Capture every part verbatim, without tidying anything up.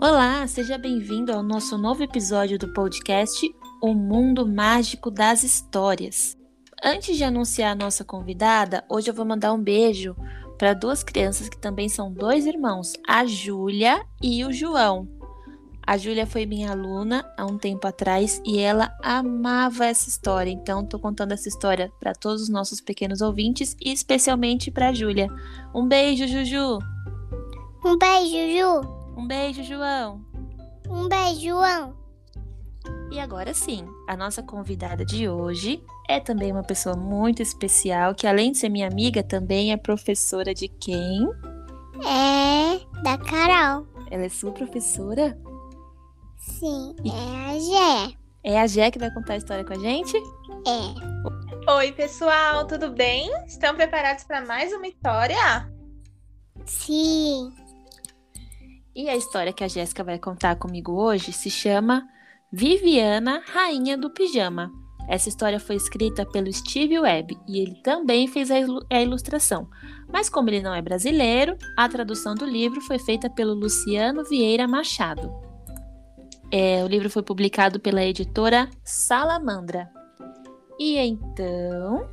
Olá, seja bem-vindo ao nosso novo episódio do podcast O Mundo Mágico das Histórias. Antes de anunciar a nossa convidada, hoje eu vou mandar um beijo para duas crianças que também são dois irmãos, a Júlia e o João. A Júlia foi minha aluna há um tempo atrás e ela amava essa história, então estou contando essa história para todos os nossos pequenos ouvintes e especialmente para a Júlia. Um beijo, Juju! Um beijo, Ju! Um beijo, João! Um beijo, João! E agora sim, a nossa convidada de hoje é também uma pessoa muito especial, que além de ser minha amiga, também é professora de quem? É da Carol. Ela é sua professora? Sim, E- é a Gé. É a Jé que vai contar a história com a gente? É. Oi, pessoal, tudo bem? Estão preparados para mais uma história? Sim. E a história que a Jéssica vai contar comigo hoje se chama Viviana, Rainha do Pijama. Essa história foi escrita pelo Steve Webb e ele também fez a ilu- a ilustração. Mas como ele não é brasileiro, a tradução do livro foi feita pelo Luciano Vieira Machado. É, o livro foi publicado pela editora Salamandra. E então...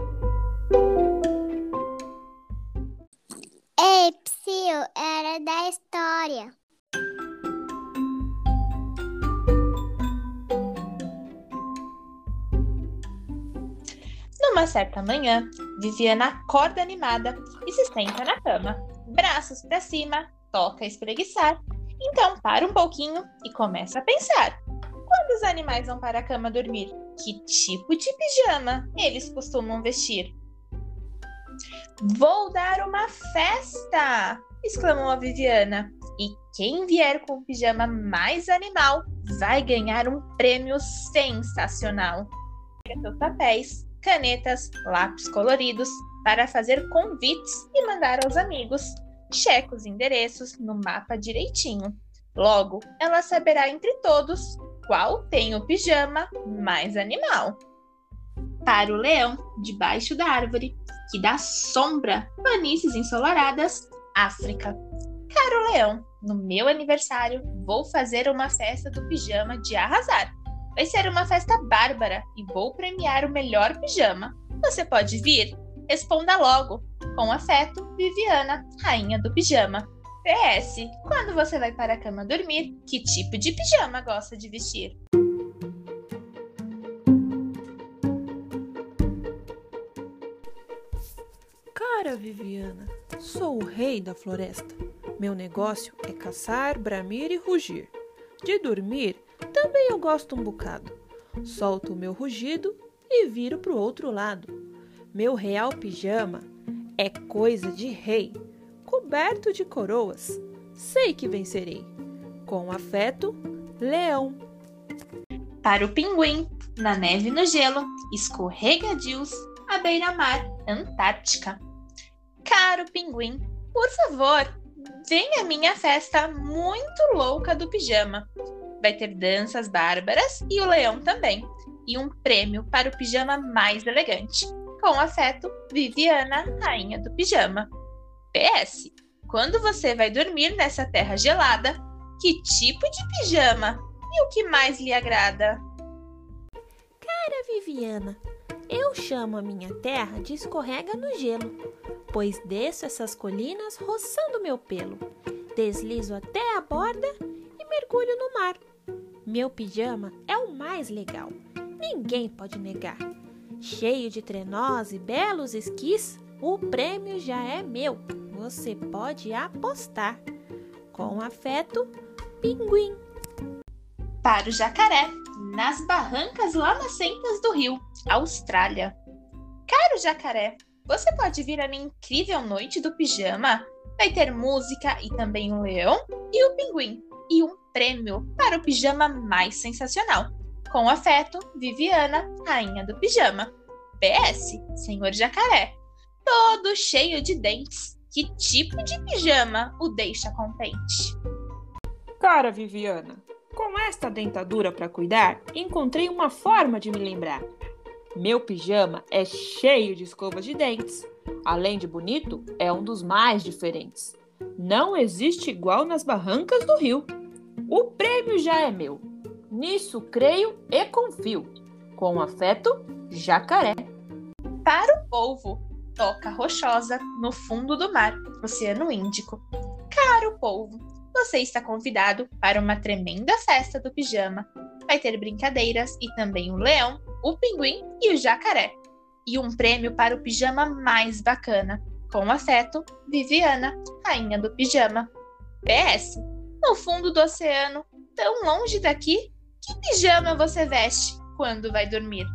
Ei, Psyu, era da história. Numa certa manhã, Viviana acorda animada e se senta na cama. Braços para cima, toca espreguiçar. Então para um pouquinho e começa a pensar. Quando os animais vão para a cama dormir, que tipo de pijama eles costumam vestir? Vou dar uma festa! Exclamou a Viviana. E quem vier com o pijama mais animal vai ganhar um prêmio sensacional. Pega seus papéis, canetas, lápis coloridos para fazer convites e mandar aos amigos. Checa os endereços no mapa direitinho. Logo, ela saberá entre todos qual tem o pijama mais animal. Para o leão, debaixo da árvore, que dá sombra, planícies ensolaradas, África. Caro leão, no meu aniversário vou fazer uma festa do pijama de arrasar. Vai ser uma festa bárbara e vou premiar o melhor pijama. Você pode vir? Responda logo. Com afeto, Viviana, Rainha do Pijama. P S. Quando você vai para a cama dormir, que tipo de pijama gosta de vestir? Cara, Viviana, sou o rei da floresta. Meu negócio é caçar, bramir e rugir. De dormir, também eu gosto um bocado. Solto o meu rugido e viro pro outro lado. Meu real pijama é coisa de rei, coberto de coroas. Sei que vencerei. Com afeto, leão. Para o pinguim, na neve e no gelo, escorregadios, à beira-mar, Antártica. Caro pinguim, por favor, venha à minha festa muito louca do pijama. Vai ter danças bárbaras e o leão também. E um prêmio para o pijama mais elegante. Com afeto, Viviana, Rainha do Pijama. P S. Quando você vai dormir nessa terra gelada, que tipo de pijama e o que mais lhe agrada? Cara, Viviana, eu chamo a minha terra de escorrega no gelo, pois desço essas colinas roçando meu pelo. Deslizo até a borda e mergulho no mar. Meu pijama é o mais legal, ninguém pode negar. Cheio de trenós e belos esquis, o prêmio já é meu, você pode apostar. Com afeto, pinguim. Para o jacaré, nas barrancas lá nascentas do rio, Austrália. Caro jacaré, você pode vir à minha incrível noite do pijama? Vai ter música e também um leão e o pinguim. E um prêmio para o pijama mais sensacional. Com afeto, Viviana, Rainha do Pijama. P S. Senhor Jacaré, todo cheio de dentes. Que tipo de pijama o deixa contente? Cara, Viviana, com esta dentadura para cuidar, encontrei uma forma de me lembrar. Meu pijama é cheio de escovas de dentes. Além de bonito, é um dos mais diferentes. Não existe igual nas barrancas do rio. O prêmio já é meu. Nisso creio e confio. Com afeto, Jacaré. Para o polvo, toca rochosa no fundo do mar, Oceano Índico. Caro polvo, você está convidado para uma tremenda festa do pijama. Vai ter brincadeiras e também o leão, o pinguim e o jacaré. E um prêmio para o pijama mais bacana. Com afeto, Viviana, rainha do pijama. P S. No fundo do oceano, tão longe daqui, que pijama você veste quando vai dormir?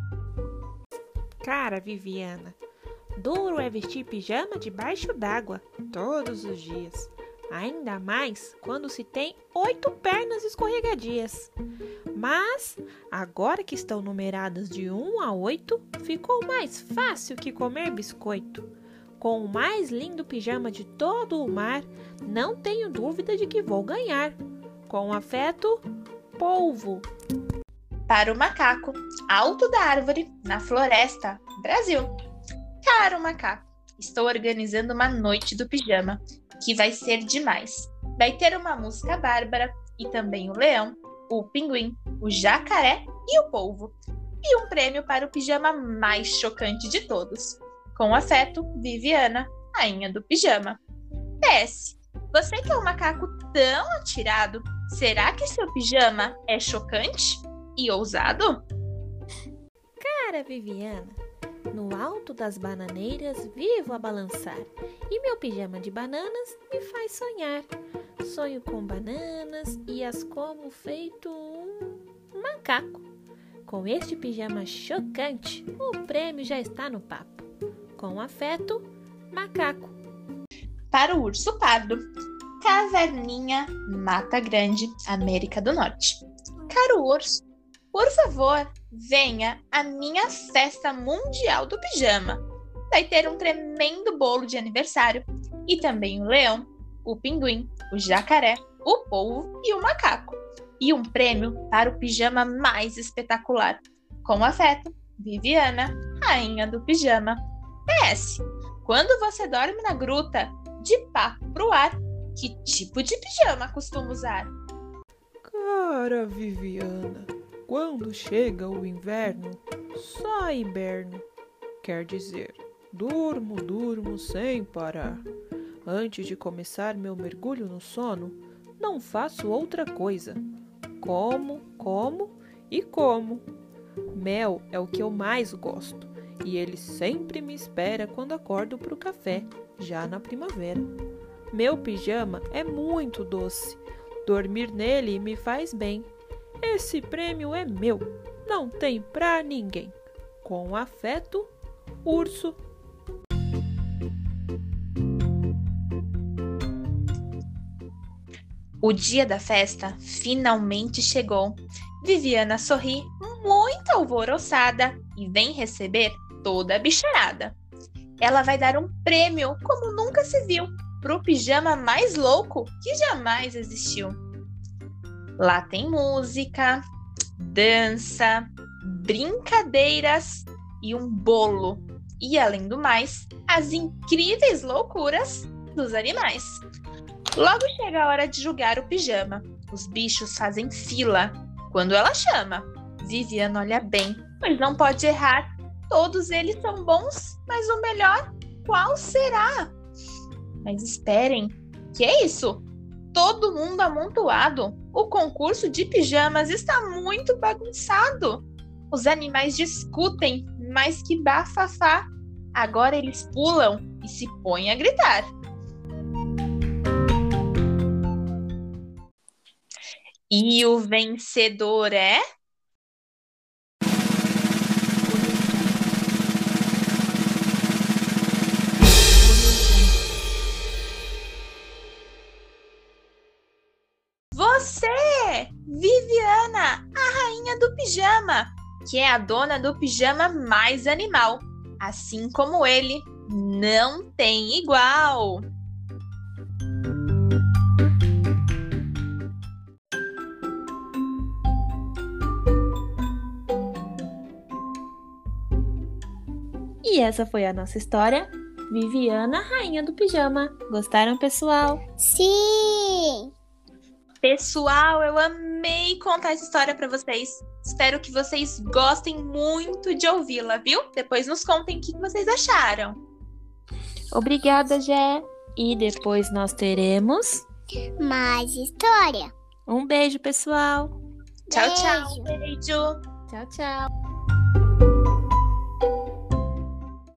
Cara, Viviana, duro é vestir pijama debaixo d'água todos os dias. Ainda mais quando se tem oito pernas escorregadias. Mas, agora que estão numeradas de um a oito, ficou mais fácil que comer biscoito. Com o mais lindo pijama de todo o mar, não tenho dúvida de que vou ganhar. Com afeto, polvo. Para o macaco, alto da árvore, na floresta, Brasil. Caro macaco, estou organizando uma noite do pijama, que vai ser demais. Vai ter uma música bárbara e também o leão, o pinguim, o jacaré e o polvo. E um prêmio para o pijama mais chocante de todos. Com afeto, Viviana, rainha do pijama. P S. Você que é um macaco tão atirado, será que seu pijama é chocante e ousado? Cara, Viviana, no alto das bananeiras vivo a balançar, e meu pijama de bananas me faz sonhar. Sonho com bananas e as como feito um macaco. Com este pijama chocante, o prêmio já está no papo. Com afeto, macaco. Para o urso pardo, caverninha, Mata Grande, América do Norte. Caro urso, por favor, venha à minha festa mundial do pijama. Vai ter um tremendo bolo de aniversário e também o leão, o pinguim, o jacaré, o polvo e o macaco. E um prêmio para o pijama mais espetacular. Com afeto, Viviana, rainha do pijama. P S. Quando você dorme na gruta, de papo pro ar, que tipo de pijama costuma usar? Cara Viviana, quando chega o inverno, só hiberno. Quer dizer, durmo, durmo sem parar. Antes de começar meu mergulho no sono, não faço outra coisa. Como, como e como. Mel é o que eu mais gosto, e ele sempre me espera quando acordo pro café, já na primavera. Meu pijama é muito doce, dormir nele me faz bem. Esse prêmio é meu, não tem pra ninguém. Com afeto, urso. O dia da festa finalmente chegou. Viviana sorri muito alvoroçada e vem receber toda a bicharada. Ela vai dar um prêmio como nunca se viu pro pijama mais louco que jamais existiu. Lá tem música, dança, brincadeiras e um bolo. E além do mais, as incríveis loucuras dos animais. Logo chega a hora de julgar o pijama. Os bichos fazem fila quando ela chama. Viviana olha bem, pois não pode errar. Todos eles são bons, mas o melhor, qual será? Mas esperem, que é isso? Todo mundo amontoado. O concurso de pijamas está muito bagunçado. Os animais discutem, mas que bafafá. Agora eles pulam e se põem a gritar. E o vencedor é... Você, Viviana, a rainha do pijama, que é a dona do pijama mais animal. Assim como ele, não tem igual. E essa foi a nossa história, Viviana, rainha do pijama. Gostaram, pessoal? Sim! Pessoal, eu amei contar essa história para vocês. Espero que vocês gostem muito de ouvi-la, viu? Depois nos contem o que vocês acharam. Obrigada, Gé. E depois nós teremos Mais história. um beijo, pessoal. Tchau, tchau. Beijo. Beijo. Tchau, tchau.